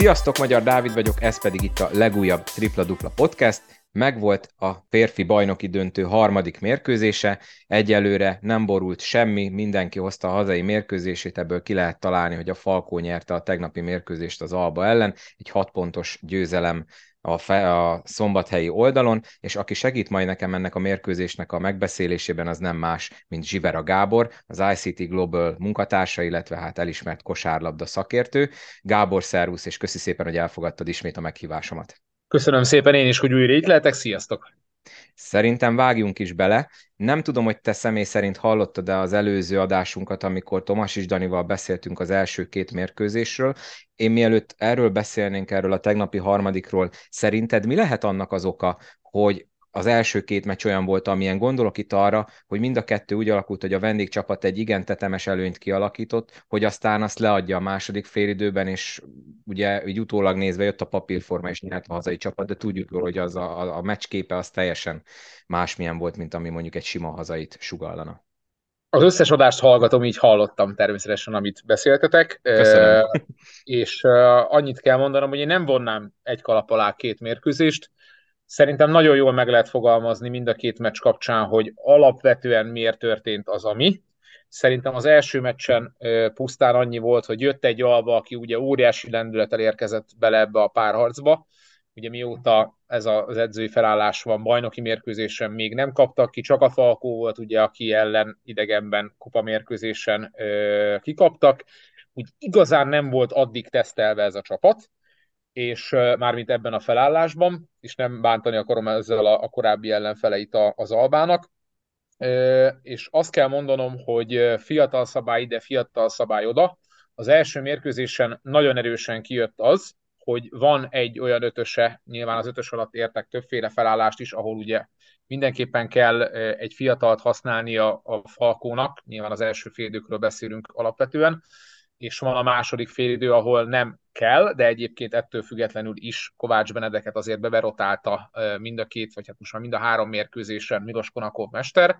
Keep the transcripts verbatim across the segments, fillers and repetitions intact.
Sziasztok, Magyar Dávid vagyok, ez pedig itt a legújabb Tripla Dupla Podcast. Megvolt a férfi bajnoki döntő harmadik mérkőzése, egyelőre nem borult semmi, mindenki hozta a hazai mérkőzését, ebből ki lehet találni, hogy a Falkó nyerte a tegnapi mérkőzést az Alba ellen, egy hat pontos győzelem a, fe, a szombathelyi oldalon, és aki segít majd nekem ennek a mérkőzésnek a megbeszélésében, az nem más, mint Zsivera Gábor, az i cé té Global munkatársa, illetve hát elismert kosárlabda szakértő. Gábor, szervusz, és köszi szépen, hogy elfogadtad ismét a meghívásomat. Köszönöm szépen én is, hogy újra itt lehetek. Sziasztok! Szerintem vágjunk is bele. Nem tudom, hogy te személy szerint hallottad-e az előző adásunkat, amikor Tomas és Danival beszéltünk az első két mérkőzésről. Én mielőtt erről beszélnénk, erről a tegnapi harmadikról, szerinted mi lehet annak az oka, hogy az első két meccs olyan volt, amilyen, gondolok itt arra, hogy mind a kettő úgy alakult, hogy a vendégcsapat egy igen tetemes előnyt kialakított, hogy aztán azt leadja a második félidőben, és ugye így utólag nézve jött a papírforma, és nyert a hazai csapat, de tudjuk jól, hogy az a, a, a meccsképe az teljesen másmilyen volt, mint ami mondjuk egy sima hazait sugallana. Az összes adást hallgatom, így hallottam természetesen, amit beszéltetek, Köszönöm. és annyit kell mondanom, hogy én nem vonnám egy kalap alá két mérkőzést. Szerintem nagyon jól meg lehet fogalmazni mind a két meccs kapcsán, hogy alapvetően miért történt az, ami. Szerintem az első meccsen pusztán annyi volt, hogy jött egy Alba, aki ugye óriási lendülettel érkezett bele ebbe a párharcba. Ugye mióta ez az edzői felállás van, bajnoki mérkőzésen még nem kaptak ki, csak a Falkó volt, ugye, aki ellen idegenben kupamérkőzésen ö, kikaptak. Úgy igazán nem volt addig tesztelve ez a csapat, és ö, mármint ebben a felállásban, és nem bántani akarom ezzel a, a korábbi ellenfeleit a, az Albának. Ö, és azt kell mondanom, hogy fiatal szabály ide, fiatal szabály oda. Az első mérkőzésen nagyon erősen kijött az, hogy van egy olyan ötöse, nyilván az ötös alatt értek többféle felállást is, ahol ugye mindenképpen kell egy fiatalt használni a, a Falkónak, nyilván az első félidőkről beszélünk alapvetően, és van a második félidő, ahol nem kell, de egyébként ettől függetlenül is Kovács Benedeket azért beberotálta mind a két, vagy hát most már mind a három mérkőzésen Milos Konakov mester.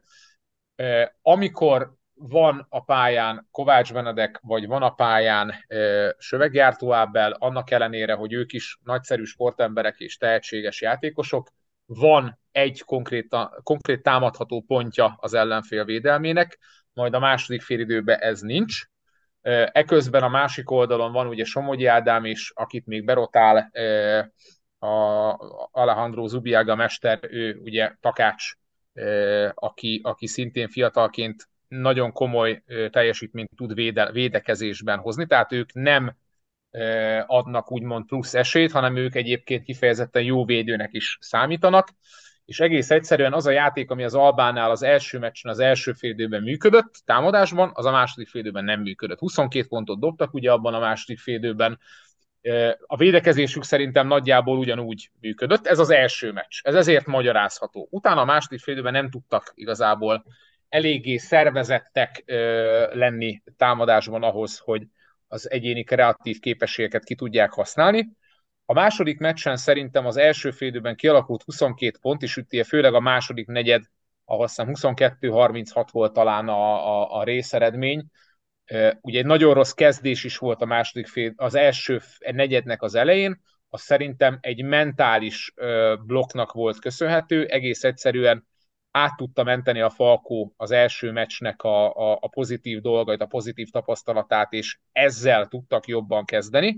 Amikor van a pályán Kovács Benedek, vagy van a pályán Söveggyártó Ábel, annak ellenére, hogy ők is nagyszerű sportemberek és tehetséges játékosok, van egy konkrét, konkrét támadható pontja az ellenfél védelmének, majd a második félidőben ez nincs. Eközben a másik oldalon van ugye Somogyi Ádám is, akit még berotál a Alejandro Zubiaga mester, ő ugye Takács, aki, aki szintén fiatalként nagyon komoly teljesítményt tud véde, védekezésben hozni, tehát ők nem adnak úgymond plusz esélyt, hanem ők egyébként kifejezetten jó védőnek is számítanak, és egész egyszerűen az a játék, ami az Albánál az első meccsen, az első félidőben működött, támadásban, az a második félidőben nem működött. huszonkét pontot dobtak ugye abban a második félidőben, a védekezésük szerintem nagyjából ugyanúgy működött. Ez az első meccs. Ez ezért magyarázható. Utána a második félidőben nem tudtak igazából eléggé szervezettek lenni támadásban ahhoz, hogy az egyéni kreatív képességeket ki tudják használni. A második meccsen szerintem az első félidőben kialakult huszonkét pont, és ugye főleg a második negyed, ahol azt hiszem huszonkettő harminchat volt talán a, a, a részeredmény. Ugye egy nagyon rossz kezdés is volt a második fél, az első negyednek az elején, az szerintem egy mentális blokknak volt köszönhető, egész egyszerűen át tudta menteni a Falkó az első meccsnek a, a, a pozitív dolgait, a pozitív tapasztalatát, és ezzel tudtak jobban kezdeni.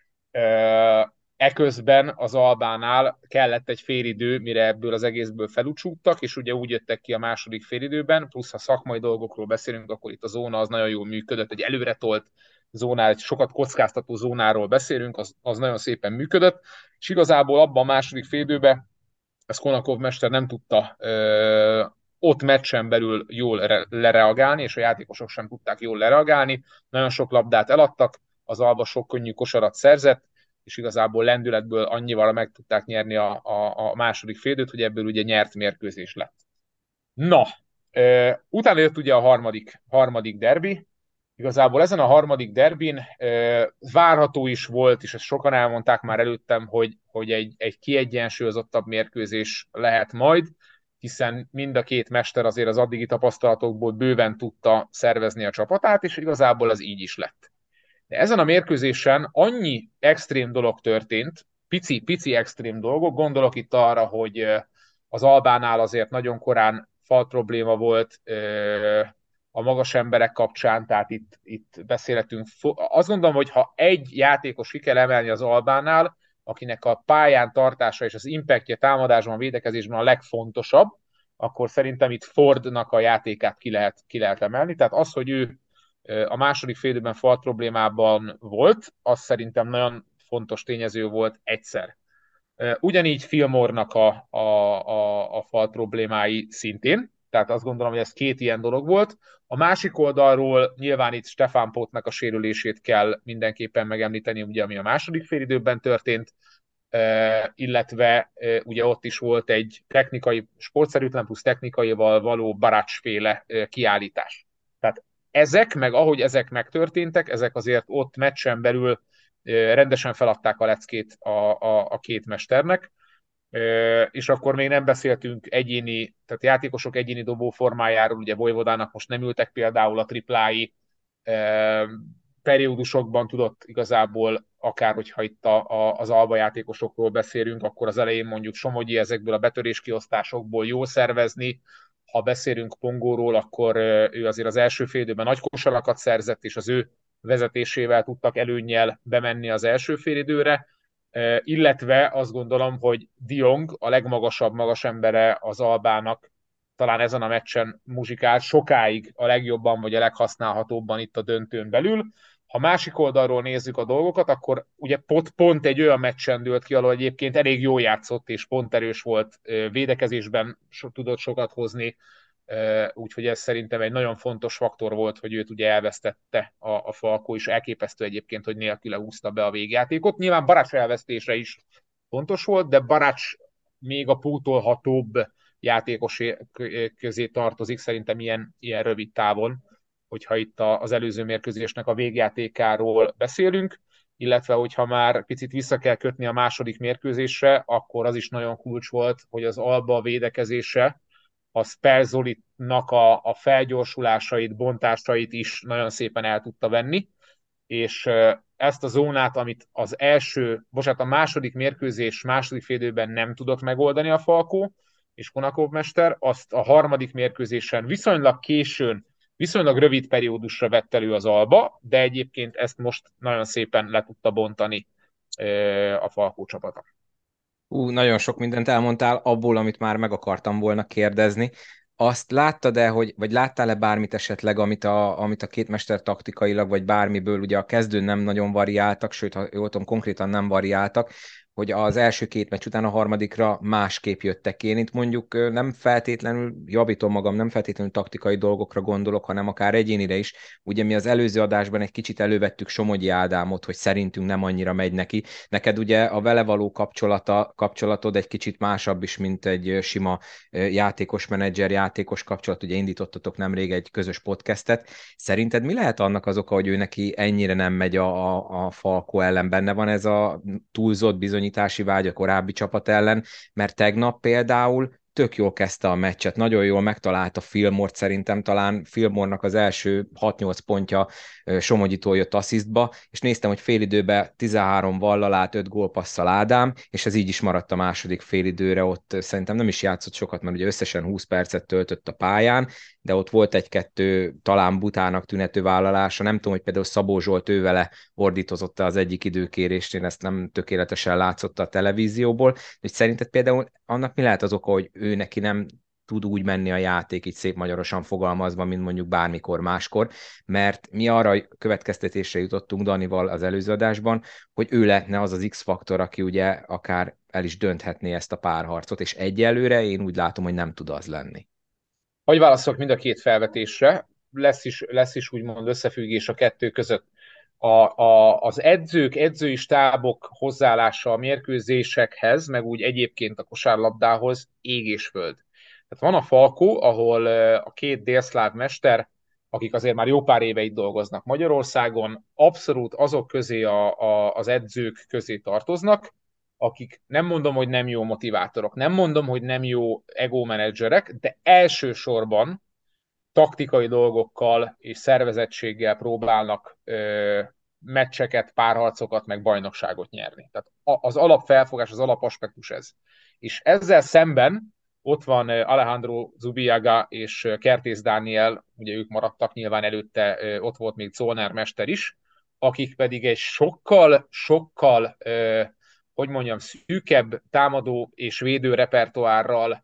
Eközben az Albánál kellett egy félidő, mire ebből az egészből felúcsúttak, és ugye úgy jöttek ki a második félidőben, plusz ha szakmai dolgokról beszélünk, akkor itt a zóna az nagyon jól működött, egy előretolt zónál, egy sokat kockáztató zónáról beszélünk, az, az nagyon szépen működött, és igazából abban a második félidőben ezt Konakov mester nem tudta ö, ott meccsen belül jól re- lereagálni, és a játékosok sem tudták jól lereagálni, nagyon sok labdát eladtak, az Alba sok könnyű kosarat szerzett, és igazából lendületből annyival meg tudták nyerni a, a, a második félidőt, hogy ebből ugye nyert mérkőzés lett. Na, ö, utána jött ugye a harmadik, harmadik derbi. Igazából ezen a harmadik derbin ö, várható is volt, és ezt sokan elmondták már előttem, hogy, hogy egy, egy kiegyensúlyozottabb mérkőzés lehet majd, hiszen mind a két mester azért az addigi tapasztalatokból bőven tudta szervezni a csapatát, és igazából az így is lett. De ezen a mérkőzésen annyi extrém dolog történt, pici, pici extrém dolgok, gondolok itt arra, hogy az Albánál azért nagyon korán fal probléma volt a magas emberek kapcsán, tehát itt, itt beszélhetünk. Azt gondolom, hogy ha egy játékos ki kell emelni az Albánál, akinek a pályán tartása és az impactje támadásban, védekezésben a legfontosabb, akkor szerintem itt Fordnak a játékát ki lehet, ki lehet emelni. Tehát az, hogy ő a második fél időben fal problémában volt, az szerintem nagyon fontos tényező volt egyszer. Ugyanígy Fillmore-nak a, a, a, a fal problémái szintén, tehát azt gondolom, hogy ez két ilyen dolog volt. A másik oldalról nyilván itt Stefan Potnak a sérülését kell mindenképpen megemlíteni, ugye, ami a második félidőben történt, illetve ugye ott is volt egy technikai, sportszerűtlen plusz technikaival való baracsféle kiállítás. Tehát ezek, meg ahogy ezek megtörténtek, ezek azért ott meccsen belül rendesen feladták a leckét a, a, a két mesternek, és akkor még nem beszéltünk egyéni, tehát játékosok egyéni dobó formájáról, ugye Vojvodának most nem ültek például a triplái, periódusokban tudott igazából, akár hogyha itt a, a, az alba játékosokról beszélünk, akkor az elején mondjuk Somogyi ezekből a betörés kiosztásokból jól szervezni, ha beszélünk Pongóról, akkor ő azért az első fél időben nagy kosarakat szerzett, és az ő vezetésével tudtak előnnyel bemenni az első félidőre, illetve azt gondolom, hogy Diong, a legmagasabb magas embere az Albának, talán ezen a meccsen muzsikált sokáig a legjobban vagy a leghasználhatóbban itt a döntőn belül. Ha másik oldalról nézzük a dolgokat, akkor ugye pont, pont egy olyan meccsen dőlt ki, ahol egyébként elég jól játszott, és pont erős volt, védekezésben so, tudott sokat hozni, úgyhogy ez szerintem egy nagyon fontos faktor volt, hogy őt ugye elvesztette a, a Falkó, és elképesztő egyébként, hogy nélküle húzta be a végjátékot. Nyilván Baracs elvesztése is fontos volt, de Baracs még a pótolhatóbb játékos közé tartozik szerintem ilyen, ilyen rövid távon, hogyha itt az előző mérkőzésnek a végjátékáról beszélünk, illetve hogyha már picit vissza kell kötni a második mérkőzésre, akkor az is nagyon kulcs volt, hogy az Alba védekezése a Sperzolitnak a, a felgyorsulásait, bontásait is nagyon szépen el tudta venni, és ezt a zónát, amit az első, bocsánat, a második mérkőzés második félidőben nem tudott megoldani a Falkó és Konakov mester, azt a harmadik mérkőzésen viszonylag későn, viszonylag rövid periódusra vett elő az Alba, de egyébként ezt most nagyon szépen le tudta bontani a Falkó csapata. Ú, nagyon sok mindent elmondtál abból, amit már meg akartam volna kérdezni. Azt láttad-e, hogy, vagy láttál-e bármit esetleg, amit a, amit a két mester taktikailag, vagy bármiből, ugye a kezdőn nem nagyon variáltak, sőt, ha jól tudom, konkrétan nem variáltak, hogy az első két meccs után a harmadikra másképp jöttek. Én itt mondjuk nem feltétlenül, javítom magam, nem feltétlenül taktikai dolgokra gondolok, hanem akár egyénire is. Ugye mi az előző adásban egy kicsit elővettük Somogyi Ádámot, hogy szerintünk nem annyira megy neki. Neked ugye a vele való kapcsolata, kapcsolatod egy kicsit másabb is, mint egy sima játékos, menedzser, játékos kapcsolat. Ugye indítottatok nemrég egy közös podcastet. Szerinted mi lehet annak az oka, hogy ő neki ennyire nem megy a, a, a Falkó ellen? Benne van ez a túlzott bizonyítási vágy a korábbi csapat ellen, mert tegnap például tök jól kezdte a meccset, nagyon jól megtalálta Fillmore-t, szerintem talán Fillmore-nak az első hat-nyolc pontja Somogyitól jött asszisztba, és néztem, hogy félidőben tizenhárom vallal át, öt gólpasszal Ádám, és ez így is maradt a második félidőre, ott szerintem nem is játszott sokat, mert ugye összesen húsz percet töltött a pályán, de ott volt egy-kettő talán butának tünető vállalása, nem tudom, hogy például Szabó Zsolt ővele ordítozott az egyik időkérést, én ezt nem tökéletesen látszott a televízióból, hogy szerinted például annak mi lehet az oka, hogy ő neki nem tud úgy menni a játék, így szép magyarosan fogalmazva, mint mondjuk bármikor máskor, mert mi arra következtetésre jutottunk Danival az előző adásban, hogy ő lehetne az az X-faktor, aki ugye akár el is dönthetné ezt a párharcot, és egyelőre én úgy látom, hogy nem tud az lenni. Hogy válaszolok mind a két felvetésre, lesz is, lesz is úgymond összefüggés a kettő között. A, a, az edzők, edzői stábok hozzáállása a mérkőzésekhez, meg úgy egyébként a kosárlabdához ég és föld. Tehát van a Falkó, ahol a két délszláv mester, akik azért már jó pár éve itt dolgoznak Magyarországon, abszolút azok közé a, a, az edzők közé tartoznak, akik nem mondom, hogy nem jó motivátorok, nem mondom, hogy nem jó ego menedzserek, de elsősorban taktikai dolgokkal és szervezettséggel próbálnak ö, meccseket, párharcokat, meg bajnokságot nyerni. Tehát az alapfelfogás, az alapaspektus ez. És ezzel szemben ott van Alejandro Zubiaga és Kertész Dániel, ugye ők maradtak, nyilván előtte ott volt még Zollner mester is, akik pedig egy sokkal, sokkal, hogy mondjam, szűkebb támadó és védő repertoárral,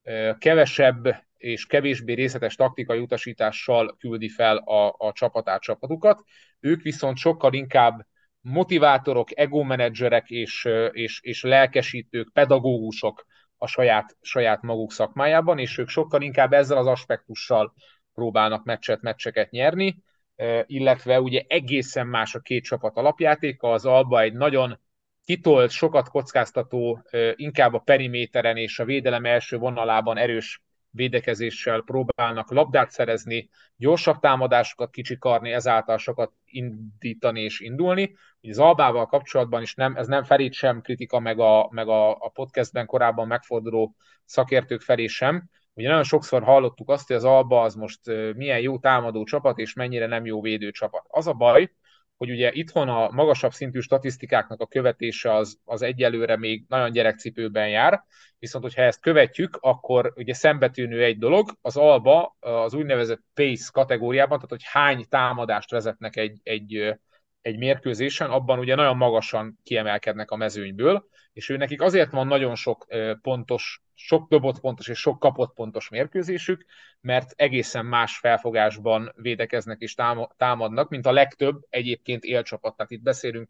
kevesebb és kevésbé részletes taktikai utasítással küldi fel a, a csapatát, csapatukat. Ők viszont sokkal inkább motivátorok, egómenedzserek és, és, és lelkesítők, pedagógusok a saját, saját maguk szakmájában, és ők sokkal inkább ezzel az aspektussal próbálnak meccset, meccseket nyerni, illetve ugye egészen más a két csapat alapjátéka. Az Alba egy nagyon kitolt, sokat kockáztató, inkább a periméteren és a védelem első vonalában erős védekezéssel próbálnak labdát szerezni, gyorsabb támadásokat kicsikarni, ezáltal sokat indítani és indulni. Ugye az Albával kapcsolatban is nem, ez nem Ferit sem kritika, meg a, meg a, a podcastben korábban megforduló szakértők felé sem. Ugye nagyon sokszor hallottuk azt, hogy az Alba az most milyen jó támadó csapat, és mennyire nem jó védő csapat. Az a baj, hogy ugye itthon a magasabb szintű statisztikáknak a követése az, az egyelőre még nagyon gyerekcipőben jár, viszont hogyha ezt követjük, akkor ugye szembetűnő egy dolog, az Alba az úgynevezett pace kategóriában, tehát hogy hány támadást vezetnek egy, egy, egy mérkőzésen, abban ugye nagyon magasan kiemelkednek a mezőnyből, és ő nekik azért van nagyon sok pontos, sok dobott pontos és sok kapott pontos mérkőzésük, mert egészen más felfogásban védekeznek és támadnak, mint a legtöbb egyébként élcsapat. Tehát itt beszélünk,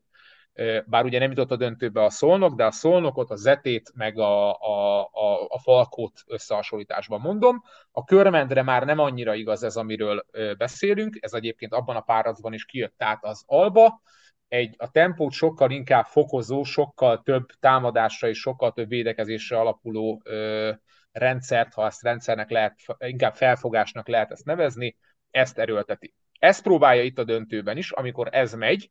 bár ugye nem jutott a döntőbe a Szolnok, de a Szolnokot, a Zetét, meg a, a, a, a Falkót összehasonlításban mondom. A Körmendre már nem annyira igaz ez, amiről beszélünk, ez egyébként abban a párharcban is kijött át az Alba, egy, a tempót sokkal inkább fokozó, sokkal több támadásra és sokkal több védekezésre alapuló ö, rendszert, ha ezt rendszernek lehet, inkább felfogásnak lehet ezt nevezni, ezt erőlteti. Ezt próbálja itt a döntőben is, amikor ez megy,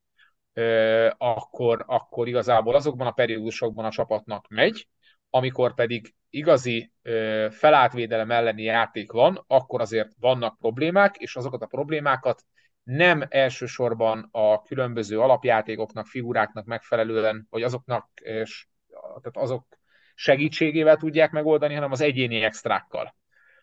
ö, akkor, akkor igazából azokban a periódusokban a csapatnak megy, amikor pedig igazi ö, feláltvédelem elleni játék van, akkor azért vannak problémák, és azokat a problémákat nem elsősorban a különböző alapjátékoknak, figuráknak megfelelően, vagy azoknak, tehát azok segítségével tudják megoldani, hanem az egyéni extrákkal.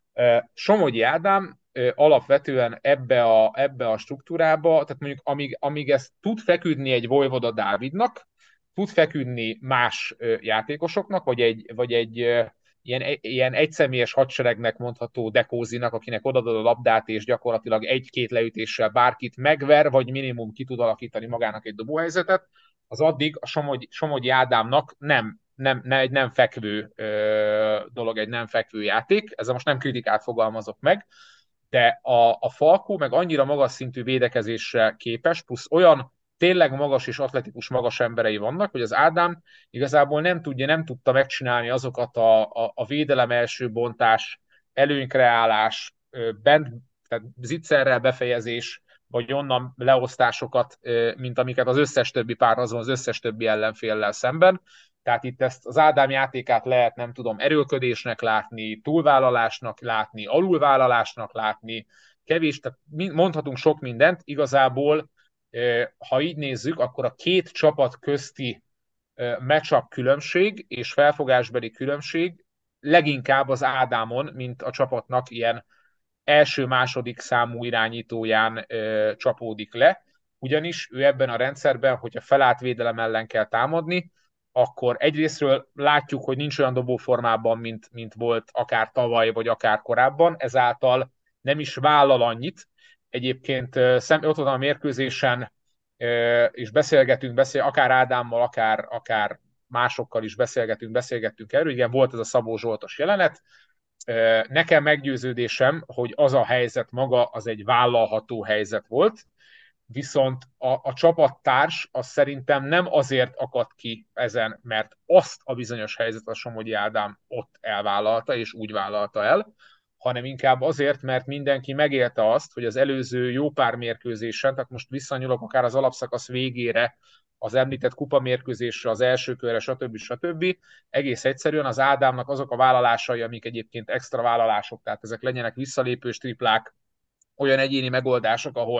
Somogyi Ádám alapvetően ebbe a, ebbe a struktúrába, tehát mondjuk amíg, amíg ez tud feküdni egy Vojvoda Dávidnak, tud feküdni más játékosoknak, vagy egy, vagy egy ilyen, ilyen egyszemélyes hadseregnek mondható Dekózinak, akinek odadod a labdát, és gyakorlatilag egy-két leütéssel bárkit megver, vagy minimum ki tud alakítani magának egy dobóhelyzetet, az addig a Somogy, Somogyi Ádámnak nem, nem, nem, egy nem fekvő ö, dolog, egy nem fekvő játék. Ezzel most nem kritikát fogalmazok meg, de a, a Falkó meg annyira magas szintű védekezésre képes, plusz olyan tényleg magas és atletikus magas emberei vannak, hogy az Ádám igazából nem tudja, nem tudta megcsinálni azokat a, a, a védelem első bontás, előnykreálás, bent, tehát zicserrel befejezés, vagy onnan leosztásokat, mint amiket az összes többi párharcban, az összes többi ellenféllel szemben. Tehát itt ezt az Ádám játékát lehet, nem tudom, erőlködésnek látni, túlvállalásnak látni, alulvállalásnak látni, kevés, tehát mondhatunk sok mindent, igazából ha így nézzük, akkor a két csapat közti matchup különbség és felfogásbeli különbség leginkább az Ádámon, mint a csapatnak ilyen első-második számú irányítóján ö, csapódik le, ugyanis ő ebben a rendszerben, hogyha felálltvédelem ellen kell támadni, akkor egyrésztről látjuk, hogy nincs olyan dobóformában, mint, mint volt akár tavaly, vagy akár korábban, ezáltal nem is vállal annyit. Egyébként szem, ott van a mérkőzésen, és beszélgetünk, beszél, akár Ádámmal, akár, akár másokkal is beszélgetünk, beszélgettünk erről. Igen, volt ez a Szabó Zsoltos jelenet. Nekem meggyőződésem, hogy az a helyzet maga, az egy vállalható helyzet volt, viszont a, a csapattárs az szerintem nem azért akadt ki ezen, mert azt a bizonyos helyzet a Somogyi Ádám ott elvállalta, és úgy vállalta el, hanem inkább azért, mert mindenki megélte azt, hogy az előző jó pár mérkőzésen, tehát most visszanyúlok akár az alapszakasz végére, az említett kupamérkőzésre, az első körre, stb. stb. Egész egyszerűen az Ádámnak azok a vállalásai, amik egyébként extra vállalások, tehát ezek legyenek visszalépős triplák, olyan egyéni megoldások, ahol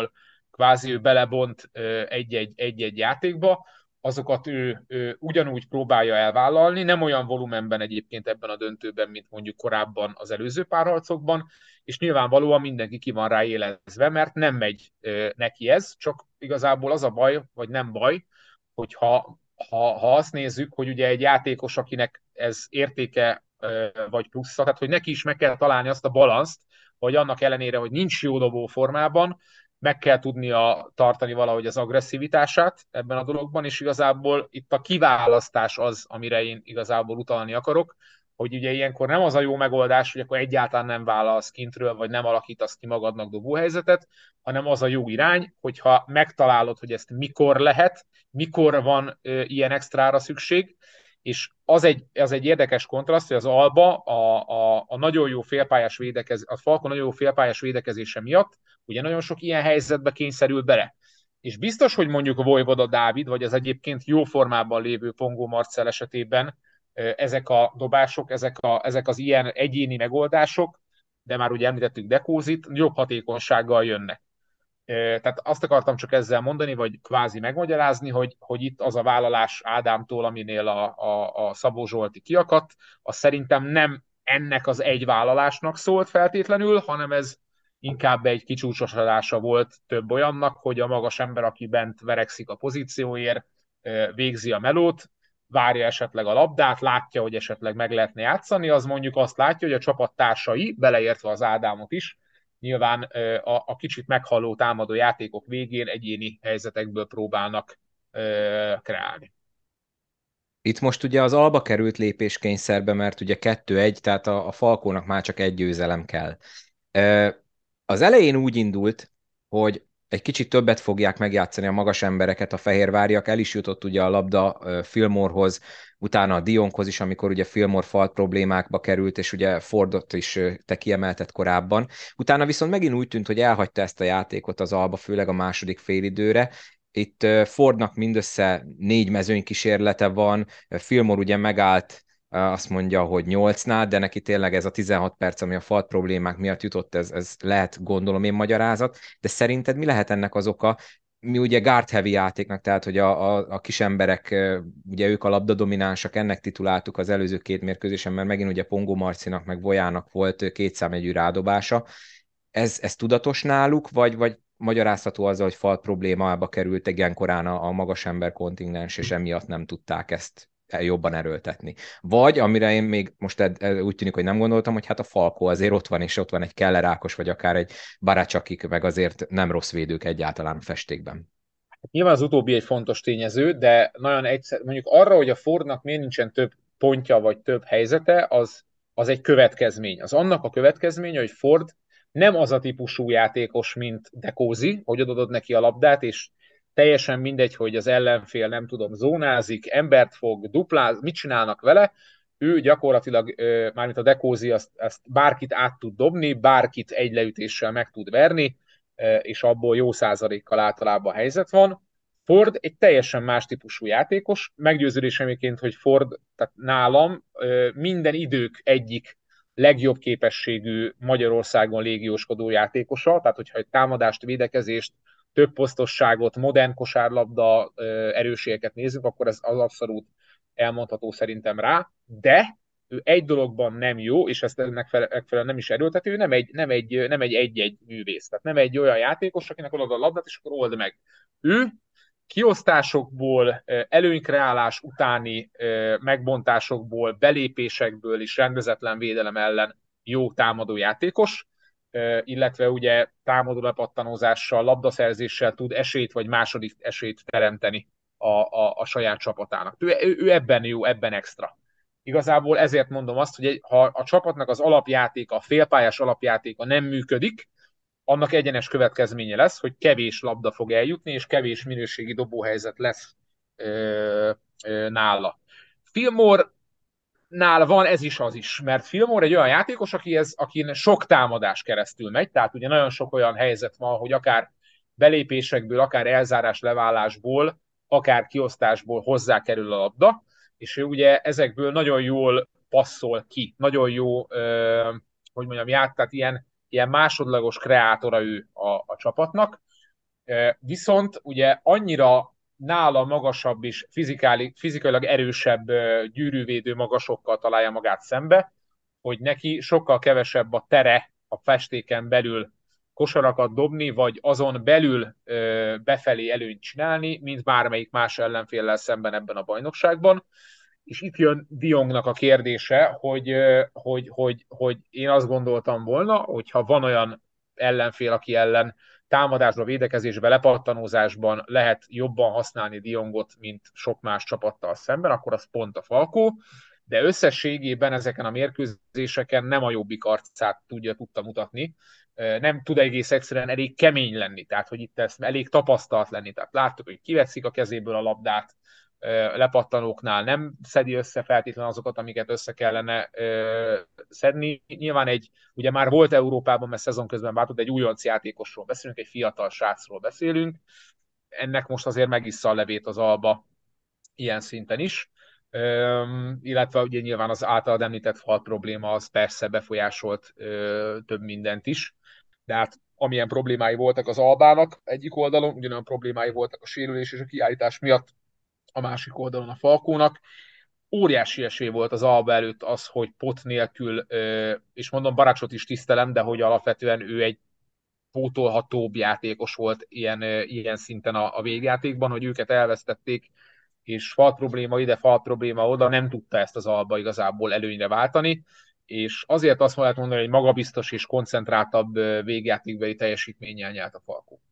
kvázi ő belebont egy-egy, egy-egy játékba, azokat ő, ő ugyanúgy próbálja elvállalni, nem olyan volumenben egyébként ebben a döntőben, mint mondjuk korábban az előző párharcokban, és nyilvánvalóan mindenki ki van rá élezve, mert nem megy neki ez, csak igazából az a baj, vagy nem baj, hogyha ha, ha azt nézzük, hogy ugye egy játékos, akinek ez értéke vagy plusza, tehát hogy neki is meg kell találni azt a balanszt, hogy annak ellenére, hogy nincs jó dobó formában, meg kell tudnia tartani valahogy az agresszivitását ebben a dologban, és igazából itt a kiválasztás az, amire én igazából utalni akarok, hogy ugye ilyenkor nem az a jó megoldás, hogy akkor egyáltalán nem vállalsz kintről, vagy nem alakítasz ki magadnak dobóhelyzetet, hanem az a jó irány, hogyha megtalálod, hogy ezt mikor lehet, mikor van ö, ilyen extrára szükség, és az egy, az egy érdekes kontraszt, hogy az Alba a, a, a nagyon jó félpályás védekezés, a Falcon nagyon jó félpályás védekezése miatt ugye nagyon sok ilyen helyzetbe kényszerül bele. És biztos, hogy mondjuk a Vojvoda Dávid, vagy az egyébként jó formában lévő Pongó Marcel esetében ezek a dobások, ezek, a, ezek az ilyen egyéni megoldások, de már ugye említettük Dekózit, jobb hatékonysággal jönnek. Tehát azt akartam csak ezzel mondani, vagy kvázi megmagyarázni, hogy, hogy itt az a vállalás Ádámtól, aminél a, a, a Szabó Zsolti kiakadt, az szerintem nem ennek az egy vállalásnak szólt feltétlenül, hanem ez inkább egy kicsúcsosodása volt több olyannak, hogy a magas ember, aki bent verekszik a pozícióért, végzi a melót, várja esetleg a labdát, látja, hogy esetleg meg lehetne játszani, az mondjuk azt látja, hogy a csapattársai, beleértve az Ádámot is, nyilván a, a kicsit meghalló támadó játékok végén egyéni helyzetekből próbálnak ö, kreálni. Itt most ugye az Alba került lépéskényszerbe, mert ugye kettő egy, tehát a, a Falkónak már csak egy győzelem kell. Az elején úgy indult, hogy egy kicsit többet fogják megjátszani a magas embereket, a fehérváriak. El is jutott ugye a labda Fillmorehoz, utána a Dionkhoz is, amikor ugye Fillmore falt problémákba került, és ugye Fordot is te kiemelted korábban. Utána viszont megint úgy tűnt, hogy elhagyta ezt a játékot az Alba, főleg a második félidőre. Itt Fordnak mindössze négy mezőnykísérlete van, Fillmore ugye megállt, azt mondja, hogy nyolcnál, de neki tényleg ez a tizenhat perc, ami a falt problémák miatt jutott, ez, ez lehet, gondolom én, magyarázat, de szerinted mi lehet ennek az oka? Mi ugye guard heavy játéknak, tehát hogy a, a, a kis emberek, ugye ők a labda dominánsak, ennek tituláltuk az előző két mérkőzésen, mert megint ugye Pongó Marcinak meg Vojának volt két számjegyű rádobása. Ez, ez tudatos náluk, vagy, vagy magyarázható azzal, hogy falt problémába került igen korán a, a magas ember kontingens, és emiatt nem tudták ezt jobban erőltetni. Vagy, amire én még most ed, ed, úgy tűnik, hogy nem gondoltam, hogy hát a Falkó azért ott van, és ott van egy Keller Ákos, vagy akár egy Baracsakik, meg azért nem rossz védők egyáltalán a festékben. Nyilván az utóbbi egy fontos tényező, de nagyon egyszer, mondjuk arra, hogy a Fordnak miért nincsen több pontja, vagy több helyzete, az, az egy következmény. Az annak a következménye, hogy Ford nem az a típusú játékos, mint Dekózi, hogy adod neki a labdát, és teljesen mindegy, hogy az ellenfél, nem tudom, zónázik, embert fog, dupláz, mit csinálnak vele, ő gyakorlatilag, mármint a Dekózi, azt, azt bárkit át tud dobni, bárkit egy leütéssel meg tud verni, és abból jó százalékkal általában helyzet van. Ford egy teljesen más típusú játékos. Meggyőződésemként, hogy Ford, tehát nálam minden idők egyik legjobb képességű Magyarországon légióskodó játékosa, tehát hogyha egy támadást, védekezést, több posztosságot, modern kosárlabda erősségeket nézzük, akkor ez az abszolút elmondható szerintem rá, de ő egy dologban nem jó, és ezt megfelelően nem is erőltető, nem egy, nem egy, nem egy egy-egy művész. Tehát nem egy olyan játékos, akinek odaad a labdát, és akkor old meg. Ő kiosztásokból, előnykreálás utáni megbontásokból, belépésekből és rendezetlen védelem ellen jó támadó játékos, illetve ugye támadó lepattanózással, labdaszerzéssel tud esélyt vagy második esélyt teremteni a, a, a saját csapatának. Ő, ő ebben jó, ebben extra. Igazából ezért mondom azt, hogy ha a csapatnak az alapjátéka, a félpályás alapjátéka nem működik, annak egyenes következménye lesz, hogy kevés labda fog eljutni, és kevés minőségi dobóhelyzet lesz ö, ö, nála. Fillmore nála van ez is az is, mert Fillmore egy olyan játékos, akihez, akin sok támadás keresztül megy, tehát ugye nagyon sok olyan helyzet van, hogy akár belépésekből, akár elzárás leválásból, akár kiosztásból hozzá kerül a labda, és ő ugye ezekből nagyon jól passzol ki, nagyon jó, ö, hogy mondjam, ját, tehát ilyen, ilyen másodlagos kreátora ő a, a csapatnak. Viszont ugye annyira nála magasabb és fizikáli, fizikailag erősebb gyűrűvédő magasokkal találja magát szembe, hogy neki sokkal kevesebb a tere a festéken belül kosarakat dobni, vagy azon belül ö, befelé előnyt csinálni, mint bármelyik más ellenféllel szemben ebben a bajnokságban. És itt jön Diongnak a kérdése, hogy, hogy, hogy, hogy én azt gondoltam volna, hogyha van olyan ellenfél, aki ellen támadásba, védekezésbe, lepattanózásban lehet jobban használni Diongot, mint sok más csapattal szemben, akkor az pont a Falkó, de összességében ezeken a mérkőzéseken nem a jobbik arcát tudja tudta mutatni, nem tud egész egyszerűen elég kemény lenni, tehát hogy itt ezt elég tapasztalt lenni, tehát láttuk, hogy kiveszik a kezéből a labdát, lepattanóknál nem szedi össze feltétlenül azokat, amiket össze kellene ö, szedni. Nyilván egy, ugye már volt Európában, mert szezon közben váltott, egy újonc játékosról beszélünk, egy fiatal srácról beszélünk. Ennek most azért megissza a levét az Alba ilyen szinten is. Üm, illetve ugye nyilván az általad említett fal probléma az persze befolyásolt ö, több mindent is, de hát amilyen problémái voltak az Albának egyik oldalon, ugyanolyan problémái voltak a sérülés és a kiállítás miatt a másik oldalon a Falkónak. Óriási esély volt az Alba előtt az, hogy pot nélkül, és mondom, Barácsot is tisztelem, de hogy alapvetően ő egy pótolhatóbb játékos volt ilyen, ilyen szinten a, a végjátékban, hogy őket elvesztették, és fal probléma ide, fal probléma oda, nem tudta ezt az Alba igazából előnyre váltani, és azért azt lehet mondani, hogy magabiztos és koncentráltabb végjátékbeli teljesítménnyel nyert a Falkó.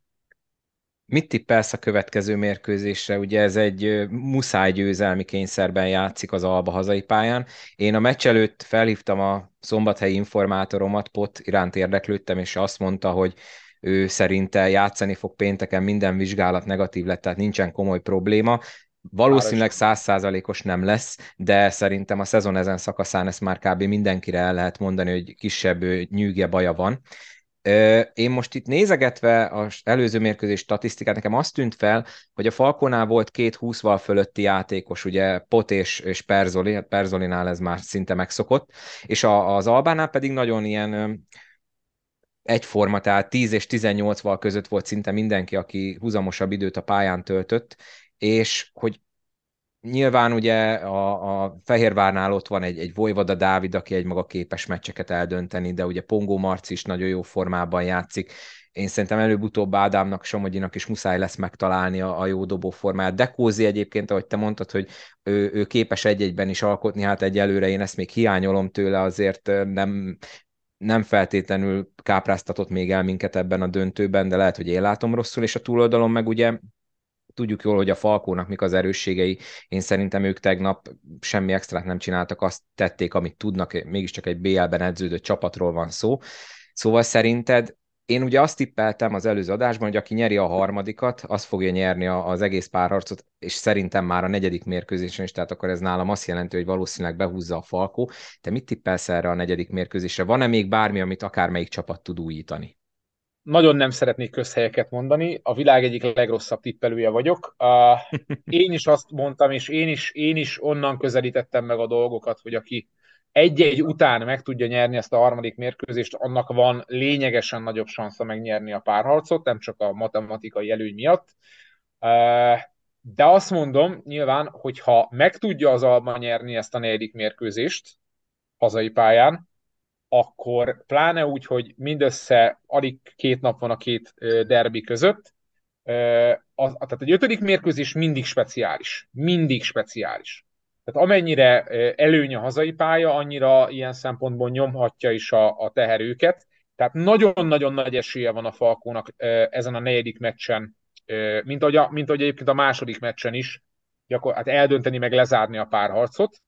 Mit tippelsz a következő mérkőzésre? Ugye ez egy muszáj győzelmi kényszerben játszik az Alba hazai pályán. Én a meccs előtt felhívtam a szombathelyi informátoromat, Pot iránt érdeklődtem, és azt mondta, hogy ő szerinte játszani fog pénteken, minden vizsgálat negatív lett, tehát nincsen komoly probléma. Valószínűleg száz százalékos nem lesz, de szerintem a szezon ezen szakaszán ezt már kb. Mindenkire el lehet mondani, hogy kisebb nyűgje baja van. Én most itt nézegetve az előző mérkőzés statisztikát, nekem azt tűnt fel, hogy a Falkonál volt két húszval fölötti játékos, ugye Pot és, és Perzoli, hát Perzolinál ez már szinte megszokott, és a, az Albánál pedig nagyon ilyen egyforma, tehát tíz és tizennyolcval között volt szinte mindenki, aki húzamosabb időt a pályán töltött, és hogy nyilván ugye a, a Fehérvárnál ott van egy, egy Vojvoda Dávid, aki egy maga képes meccseket eldönteni, de ugye Pongó Marci is nagyon jó formában játszik. Én szerintem előbb-utóbb Ádámnak, Somogyinak is muszáj lesz megtalálni a, a jó dobó formát. Dekózi egyébként, ahogy te mondtad, hogy ő, ő képes egy-egyben is alkotni, hát egyelőre én ezt még hiányolom tőle, azért nem, nem feltétlenül kápráztatott még el minket ebben a döntőben, de lehet, hogy én látom rosszul, és a túloldalon meg ugye tudjuk jól, hogy a Falkónak mik az erősségei. Én szerintem ők tegnap semmi extrát nem csináltak, azt tették, amit tudnak, mégiscsak egy bé el-ben edződött csapatról van szó. Szóval szerinted, én ugye azt tippeltem az előző adásban, hogy aki nyeri a harmadikat, az fogja nyerni az egész párharcot, és szerintem már a negyedik mérkőzésen is, tehát akkor ez nálam azt jelenti, hogy valószínűleg behúzza a Falkó. Te mit tippelsz erre a negyedik mérkőzésre? Van-e még bármi, amit akármelyik csapat tud újítani? Nagyon nem szeretnék közhelyeket mondani, a világ egyik legrosszabb tippelője vagyok. Uh, én is azt mondtam, és én is, én is onnan közelítettem meg a dolgokat, hogy aki egy-egy után meg tudja nyerni ezt a harmadik mérkőzést, annak van lényegesen nagyobb sansza megnyerni a párharcot, nem csak a matematikai előny miatt. Uh, de azt mondom nyilván, hogyha meg tudja az Alba nyerni ezt a negyedik mérkőzést hazai pályán, akkor pláne úgy, hogy mindössze alig két nap van a két derbi között, az, tehát egy ötödik mérkőzés mindig speciális. Mindig speciális. Tehát amennyire előny a hazai pálya, annyira ilyen szempontból nyomhatja is a, a teherőket. Tehát nagyon-nagyon nagy esélye van a Falkónak ezen a negyedik meccsen, mint ahogy, a, mint ahogy egyébként a második meccsen is, gyakor, hát eldönteni meg lezárni a párharcot.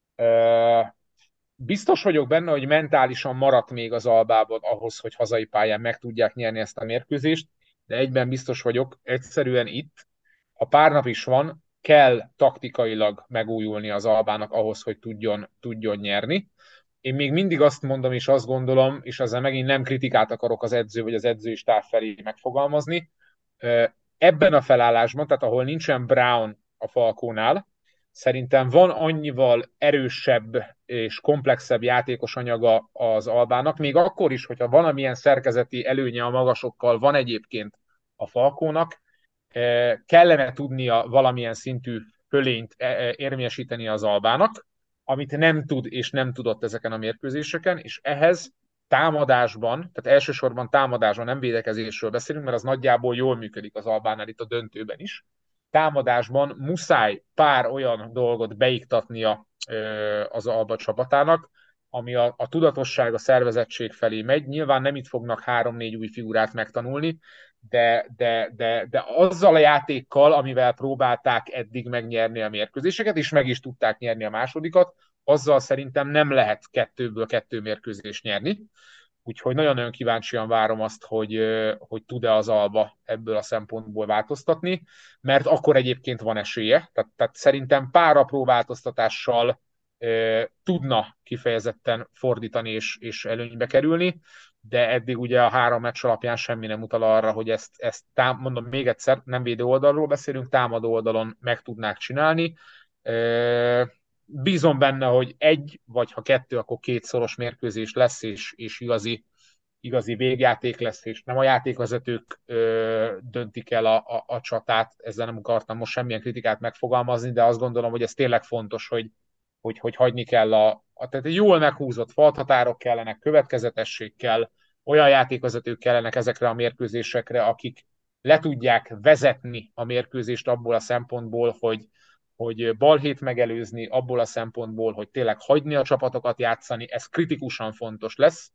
Biztos vagyok benne, hogy mentálisan maradt még az Albában ahhoz, hogy hazai pályán meg tudják nyerni ezt a mérkőzést, de egyben biztos vagyok, egyszerűen itt, ha pár nap is van, kell taktikailag megújulni az Albának ahhoz, hogy tudjon, tudjon nyerni. Én még mindig azt mondom és azt gondolom, és ezzel megint nem kritikát akarok az edző vagy az edzői stáb felé megfogalmazni, ebben a felállásban, tehát ahol nincsen Brown a Falkónál, szerintem van annyival erősebb és komplexebb játékos anyaga az Albának, még akkor is, hogyha valamilyen szerkezeti előnye a magasokkal van egyébként a Falkónak. Kellene tudnia valamilyen szintű fölényt érvényesíteni az Albának, amit nem tud és nem tudott ezeken a mérkőzéseken, és ehhez támadásban, tehát elsősorban támadásban, nem védekezésről beszélünk, mert az nagyjából jól működik az Albánál itt a döntőben is. Támadásban muszáj pár olyan dolgot beiktatnia az Alba csapatának, ami a, a tudatosság, a szervezettség felé megy. Nyilván nem itt fognak három-négy új figurát megtanulni, de, de, de, de azzal a játékkal, amivel próbálták eddig megnyerni a mérkőzéseket, és meg is tudták nyerni a másodikat, azzal szerintem nem lehet kettőből kettő mérkőzést nyerni. Úgyhogy nagyon-nagyon kíváncsian várom azt, hogy, hogy tud-e az Alba ebből a szempontból változtatni, mert akkor egyébként van esélye. Tehát, tehát szerintem pár apró változtatással e, tudna kifejezetten fordítani és, és előnybe kerülni, de eddig ugye a három meccs alapján semmi nem utal arra, hogy ezt, ezt tám- mondom még egyszer, nem védő oldalról beszélünk, támadó oldalon meg tudnák csinálni. E, bízom benne, hogy egy, vagy ha kettő, akkor két szoros mérkőzés lesz, és, és igazi, igazi végjáték lesz, és nem a játékvezetők ö, döntik el a, a, a csatát, ezzel nem akartam most semmilyen kritikát megfogalmazni, de azt gondolom, hogy ez tényleg fontos, hogy, hogy, hogy hagyni kell a, a tehát jól meghúzott falthatárok kellenek, következetesség kell, olyan játékvezetők kellenek ezekre a mérkőzésekre, akik le tudják vezetni a mérkőzést abból a szempontból, hogy, hogy balhét megelőzni, abból a szempontból, hogy tényleg hagyni a csapatokat játszani, ez kritikusan fontos lesz.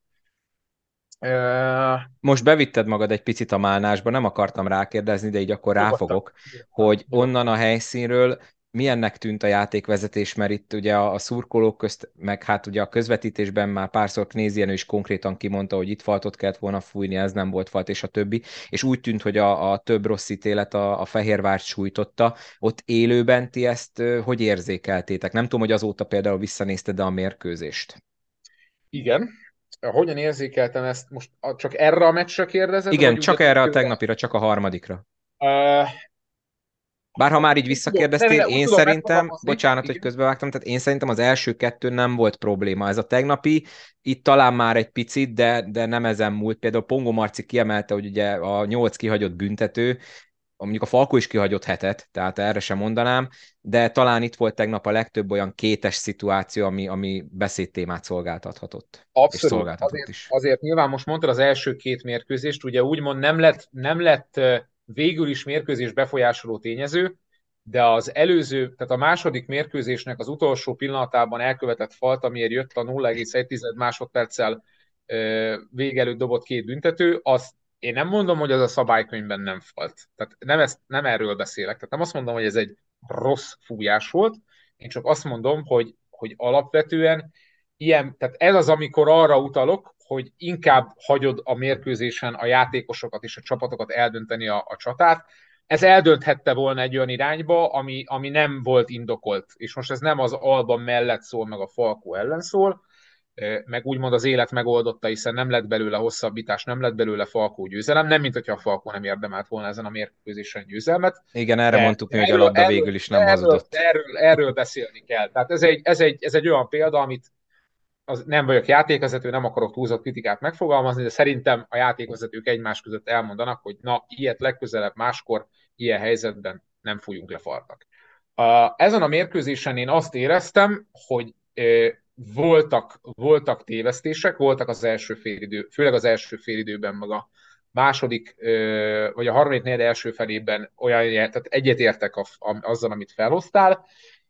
Most bevitted magad egy picit a málnásba, nem akartam rákérdezni, de így akkor Nyugodtan. ráfogok, hogy Nyugodtan. onnan a helyszínről milyennek tűnt a játékvezetés, mert itt ugye a, a szurkolók közt, meg hát ugye a közvetítésben már párszor Knézienő is konkrétan kimondta, hogy itt faltot kellett volna fújni, ez nem volt falt, és a többi, és úgy tűnt, hogy a, a több rossz ítélet a, a Fehérvárt sújtotta. Ott élőben ti ezt ö, hogy érzékeltétek? Nem tudom, hogy azóta például visszanézted a mérkőzést. Igen. Hogyan érzékeltem ezt? Most csak erre a meccsre kérdezed, Igen, vagy úgy a csak erre a döntőre? tegnapira, csak a harmadikra. Uh, Bár ha már így úgy tudom, ne, ne, visszakérdeztél, ne, úgy én tudom szerintem, megfogalmazni. bocsánat, hogy Igen. közbevágtam, tehát én szerintem az első kettő nem volt probléma. Ez a tegnapi, itt talán már egy picit, de, de nem ezen múlt. Például Pongó Marci kiemelte, hogy ugye a nyolc kihagyott büntető, mondjuk a Falko is kihagyott hetet, tehát erre sem mondanám, de talán itt volt tegnap a legtöbb olyan kétes szituáció, ami, ami beszédtémát szolgáltathatott, és Abszolút. szolgáltatott Azért, is. azért nyilván most mondtad az első két mérkőzést, ugye úgymond nem lett, nem lett ö, végül is mérkőzés befolyásoló tényező, de az előző, tehát a második mérkőzésnek az utolsó pillanatában elkövetett falt, amiért jött a nulla egész egy másodperccel ö, vége előtt dobott két büntető, az én nem mondom, hogy az a szabálykönyvben nem falt. Tehát nem, ezt, nem erről beszélek. Tehát nem azt mondom, hogy ez egy rossz fújás volt, én csak azt mondom, hogy, hogy alapvetően ilyen, tehát ez az, amikor arra utalok, hogy inkább hagyod a mérkőzésen a játékosokat és a csapatokat eldönteni a, a csatát. Ez eldönthette volna egy olyan irányba, ami, ami nem volt indokolt. És most ez nem az Alba mellett szól, meg a Falkó ellen szól, meg úgymond az élet megoldotta, hiszen nem lett belőle hosszabbítás, nem lett belőle Falkó győzelem, nem mint hogyha a Falkó nem érdemelt volna ezen a mérkőzésen győzelmet, Igen, erre de, mondtuk de mi, hogy a erről, labda erről, végül is de nem erről, de hazudott. erről, erről beszélni kell. Tehát ez egy, ez egy, ez egy olyan példa, amit az, nem vagyok játékvezető, nem akarok túlzott kritikát megfogalmazni, de szerintem a játékvezetők egymás között elmondanak, hogy na, ilyet legközelebb máskor, ilyen helyzetben nem fújunk le farknak. Uh, ezen a mérkőzésen én azt éreztem, hogy uh, voltak, voltak tévesztések, voltak az első félidő, főleg az első félidőben, meg a második, uh, vagy a harmadik negyed első felében olyan, tehát egyetértek a, a, azzal, amit felhoztál,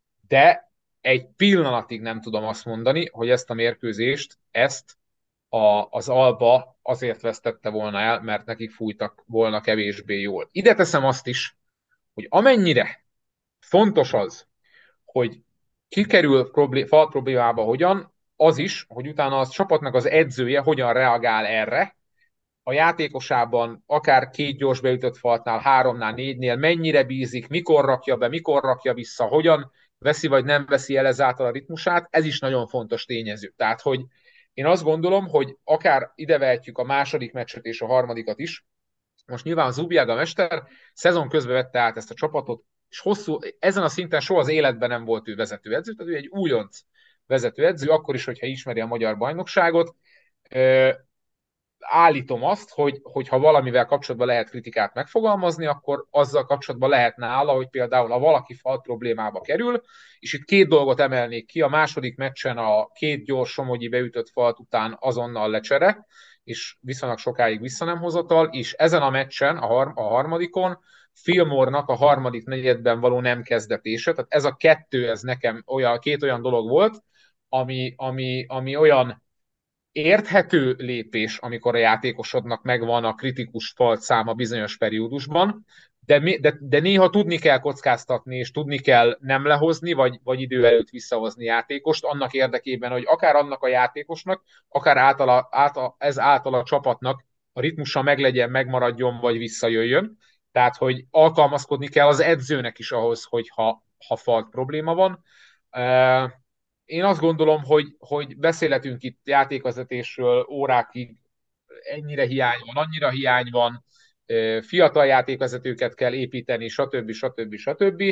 de egy pillanatig nem tudom azt mondani, hogy ezt a mérkőzést, ezt a, az Alba azért vesztette volna el, mert nekik fújtak volna kevésbé jól. Ide teszem azt is, hogy amennyire fontos az, hogy kikerül problé- fal problémába hogyan, az is, hogy utána az csapatnak az edzője hogyan reagál erre, a játékosában akár két gyors beütött faltnál, háromnál, négynél mennyire bízik, mikor rakja be, mikor rakja vissza, hogyan veszi vagy nem veszi el ezáltal a ritmusát, ez is nagyon fontos tényező. Tehát, hogy én azt gondolom, hogy akár ide vehetjük a második meccset és a harmadikat is, most nyilván Zubiaga mester szezon közben vette át ezt a csapatot, és hosszú, ezen a szinten soha az életben nem volt ő vezetőedző, tehát ő egy újonc vezetőedző, akkor is, hogyha ismeri a magyar bajnokságot. állítom azt, hogy, hogy ha valamivel kapcsolatban lehet kritikát megfogalmazni, akkor azzal kapcsolatban lehet nála, hogy például ha valaki fal problémába kerül, és itt két dolgot emelnék ki, a második meccsen a két gyors Somogyi beütött falt után azonnal lecsere, és viszonylag sokáig vissza nem hozatal, és ezen a meccsen, a, har- a harmadikon, Fillmore-nak a harmadik negyedben való nem kezdetése, tehát ez a kettő, ez nekem olyan, két olyan dolog volt, ami, ami, ami olyan érthető lépés, amikor a játékosodnak megvan a kritikus falt száma bizonyos periódusban, de, de, de néha tudni kell kockáztatni, és tudni kell nem lehozni, vagy, vagy idő előtt visszahozni játékost, annak érdekében, hogy akár annak a játékosnak, akár általa, általa, ez által a csapatnak a ritmusa meglegyen, megmaradjon, vagy visszajöjjön. Tehát, hogy alkalmazkodni kell az edzőnek is ahhoz, hogy ha, ha falt probléma van. Én azt gondolom, hogy, hogy beszélhetünk itt játékvezetésről órákig, ennyire hiány van, annyira hiány van, fiatal játékvezetőket kell építeni, stb. stb. stb.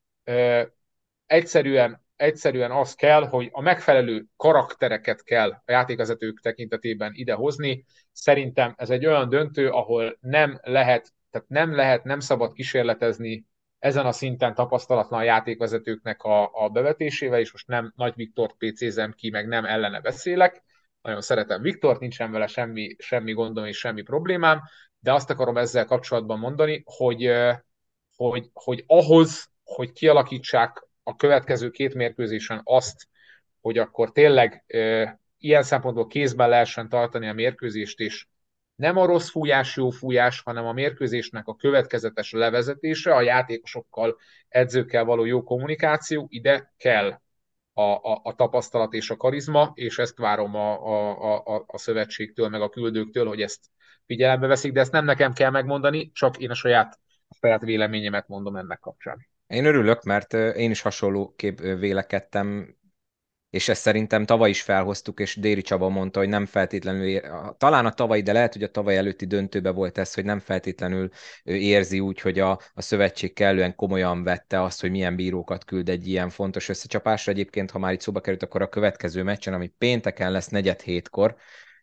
Egyszerűen, egyszerűen az kell, hogy a megfelelő karaktereket kell a játékvezetők tekintetében idehozni. Szerintem ez egy olyan döntő, ahol nem lehet, tehát nem lehet, nem szabad kísérletezni ezen a szinten tapasztalatlan játékvezetőknek a, a bevetésével, és most nem Nagy Viktort pécézem ki, meg nem ellene beszélek. Nagyon szeretem Viktort, nincsen vele semmi, semmi gondom és semmi problémám, de azt akarom ezzel kapcsolatban mondani, hogy, hogy, hogy ahhoz, hogy kialakítsák a következő két mérkőzésen azt, hogy akkor tényleg e, ilyen szempontból kézben lehessen tartani a mérkőzést, és nem a rossz fújás, jó fújás, hanem a mérkőzésnek a következetes levezetése, a játékosokkal, edzőkkel való jó kommunikáció, ide kell a, a, a tapasztalat és a karizma, és ezt várom a, a, a, a szövetségtől, meg a küldőktől, hogy ezt figyelembe veszik, de ezt nem nekem kell megmondani, csak én a saját, a saját véleményemet mondom ennek kapcsán. Én örülök, mert én is hasonlóképp vélekedtem, és ezt szerintem tavaly is felhoztuk, és Déri Csaba mondta, hogy nem feltétlenül, ér... talán a tavalyi, de lehet, hogy a tavaly előtti döntőbe volt ez, hogy nem feltétlenül érzi úgy, hogy a, a szövetség kellően komolyan vette azt, hogy milyen bírókat küld egy ilyen fontos összecsapásra. Egyébként, ha már itt szóba került, akkor a következő meccsen, ami pénteken lesz negyed hétkor,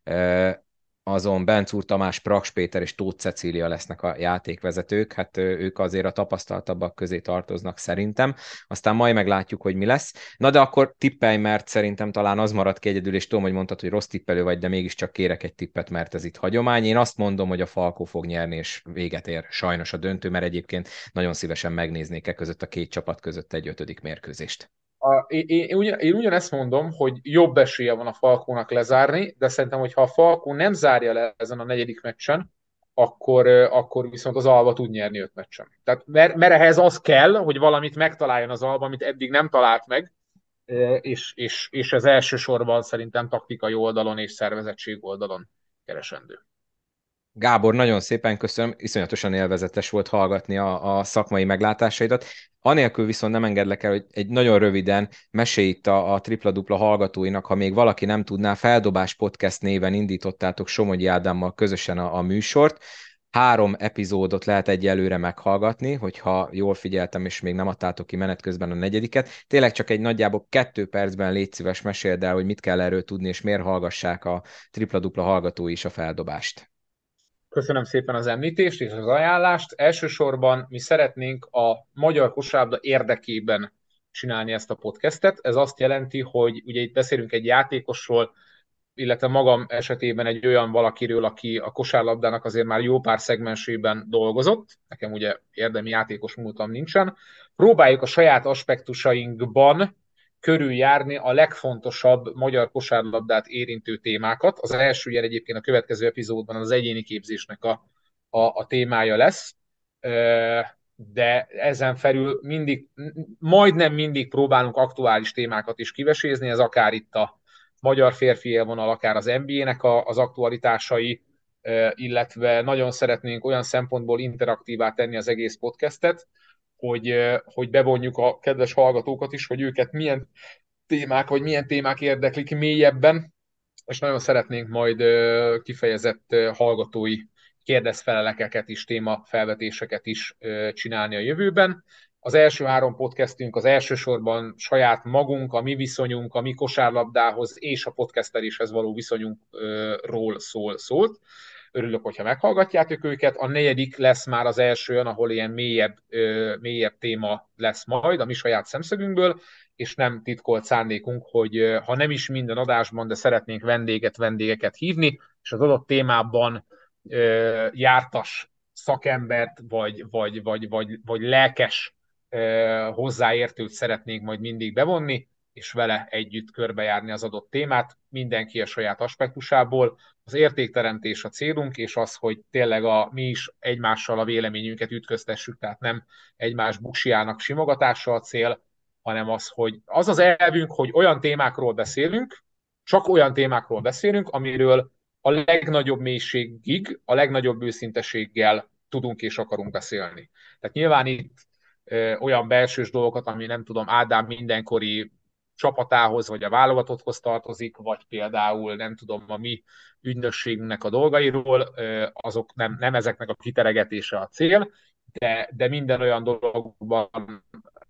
azon Bencúr Tamás, Praks Péter és Tóth Cecília lesznek a játékvezetők, hát ők azért a tapasztaltabbak közé tartoznak szerintem, aztán majd meglátjuk, hogy mi lesz. Na de akkor tippelj, mert szerintem talán az maradt ki egyedül, és tudom, hogy mondtad, hogy rossz tippelő vagy, de mégiscsak kérek egy tippet, mert ez itt hagyomány. Én azt mondom, hogy a Falkó fog nyerni, és véget ér sajnos a döntő, mert egyébként nagyon szívesen megnéznék e között a két csapat között egy ötödik mérkőzést. A, én, én, ugyan, én ugyanezt mondom, hogy jobb esélye van a Falkónak lezárni, de szerintem, hogyha a Falkó nem zárja le ezen a negyedik meccsen, akkor, akkor viszont az Alba tud nyerni öt meccsen. Tehát, mert, mert ehhez az kell, hogy valamit megtaláljon az Alba, amit eddig nem talált meg, és, és, és ez elsősorban szerintem taktikai oldalon és szervezettség oldalon keresendő. Gábor, nagyon szépen köszönöm, iszonyatosan élvezetes volt hallgatni a, a szakmai meglátásaidat. Anélkül viszont nem engedlek el, hogy egy nagyon röviden mesélj itt a, a tripla-dupla hallgatóinak, ha még valaki nem tudná, Feldobás Podcast néven indítottátok Somogyi Ádámmal közösen a, a műsort. Három epizódot lehet egyelőre meghallgatni, hogyha jól figyeltem, és még nem adtátok ki menet közben a negyediket. Tényleg csak egy nagyjából kettő percben légy szíves, meséld el, hogy mit kell erről tudni, és miért hallgassák a tripla-dupla hallgatói is a Feldobást. Köszönöm szépen az említést és az ajánlást. Elsősorban mi szeretnénk a magyar kosárlabda érdekében csinálni ezt a podcastet. Ez azt jelenti, hogy ugye itt beszélünk egy játékosról, illetve magam esetében egy olyan valakiről, aki a kosárlabdának azért már jó pár szegmensében dolgozott. Nekem ugye érdemi játékos múltam nincsen. Próbáljuk a saját aspektusainkban körüljárni a legfontosabb magyar kosárlabdát érintő témákat. Az első ilyen egyébként a következő epizódban az egyéni képzésnek a, a, a témája lesz, de ezen felül mindig, majdnem mindig próbálunk aktuális témákat is kivesézni, ez akár itt a magyar férfi élvonal, akár az en bé á-nek az aktualitásai, illetve nagyon szeretnénk olyan szempontból interaktívá tenni az egész podcastet, hogy, hogy bevonjuk a kedves hallgatókat is, hogy őket milyen témák, vagy milyen témák érdeklik mélyebben, és nagyon szeretnénk majd kifejezett hallgatói kérdezfelelekeket is, témafelvetéseket is csinálni a jövőben. Az első három podcastünk az elsősorban saját magunk, a mi viszonyunk, a mi kosárlabdához és a podcasteléshez való viszonyunkról szól, szólt. Örülök, hogyha meghallgatjátok őket. A negyedik lesz már az első olyan, ahol ilyen mélyebb, mélyebb téma lesz majd a mi saját szemszögünkből, és nem titkolt szándékunk, hogy ha nem is minden adásban, de szeretnénk vendéget, vendégeket hívni, és az adott témában jártas szakembert, vagy, vagy, vagy, vagy, vagy lelkes hozzáértőt szeretnénk majd mindig bevonni, és vele együtt körbejárni az adott témát, mindenki a saját aspektusából. Az értékteremtés a célunk, és az, hogy tényleg a, mi is egymással a véleményünket ütköztessük, tehát nem egymás buksiának simogatása a cél, hanem az, hogy az az elvünk, hogy olyan témákról beszélünk, csak olyan témákról beszélünk, amiről a legnagyobb mélységig, a legnagyobb őszinteséggel tudunk és akarunk beszélni. Tehát nyilván itt ö, olyan belsős dolgokat, ami nem tudom, Ádám mindenkori csapatához, vagy a válogatotthoz tartozik, vagy például nem tudom, a mi ügynökségünknek a dolgairól, ö, azok nem, nem ezeknek a kiteregetése a cél, de, de minden olyan dologban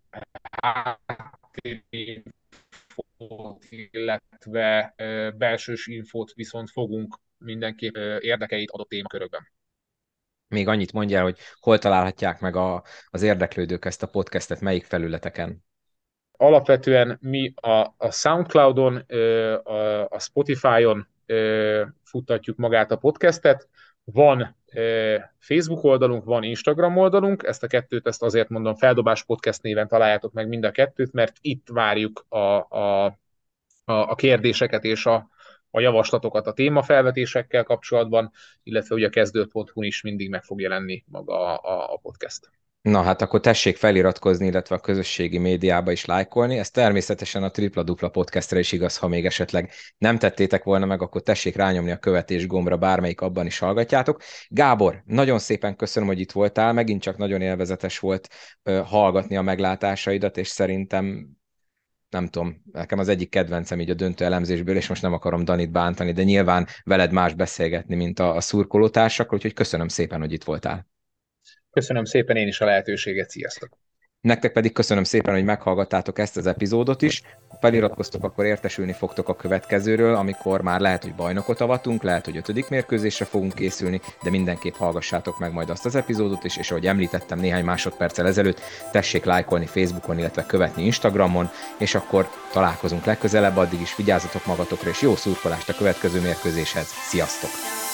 infót, illetve belsős infót viszont fogunk mindenképp érdekeit adott témakörökben. Még annyit mondjál, hogy hol találhatják meg a, az érdeklődők ezt a podcastet, melyik felületeken? Alapvetően mi a, a SoundCloudon, a, a Spotify-on futtatjuk magát a podcastet. Van Facebook oldalunk, van Instagram oldalunk, ezt a kettőt, ezt azért mondom, Feldobás Podcast néven találjátok meg mind a kettőt, mert itt várjuk a, a, a kérdéseket és a, a javaslatokat a témafelvetésekkel kapcsolatban, illetve ugye a kezdő pont hu-n is mindig meg fog jelenni maga a, a podcast. Na hát akkor tessék feliratkozni, illetve a közösségi médiába is lájkolni. Ez természetesen a Tripla Dupla podcastre is igaz, ha még esetleg nem tettétek volna meg, akkor tessék rányomni a követés gombra, bármelyik abban is hallgatjátok. Gábor, nagyon szépen köszönöm, hogy itt voltál, megint csak nagyon élvezetes volt uh, hallgatni a meglátásaidat, és szerintem nem tudom, nekem az egyik kedvencem így a döntő elemzésből, és most nem akarom Danit bántani, de nyilván veled más beszélgetni, mint a, a szurkolótársakkal, úgyhogy köszönöm szépen, hogy itt voltál. Köszönöm szépen én is a lehetőséget, sziasztok! Nektek pedig köszönöm szépen, hogy meghallgattátok ezt az epizódot is. Ha feliratkoztok, akkor értesülni fogtok a következőről, amikor már lehet, hogy bajnokot avatunk, lehet, hogy ötödik mérkőzésre fogunk készülni, de mindenképp hallgassátok meg majd azt az epizódot is, és ahogy említettem néhány másodperccel ezelőtt, tessék lájkolni Facebookon, illetve követni Instagramon, és akkor találkozunk legközelebb, addig is vigyázzatok magatokra, és jó szurkolást a következő mérkőzéshez. Sziasztok!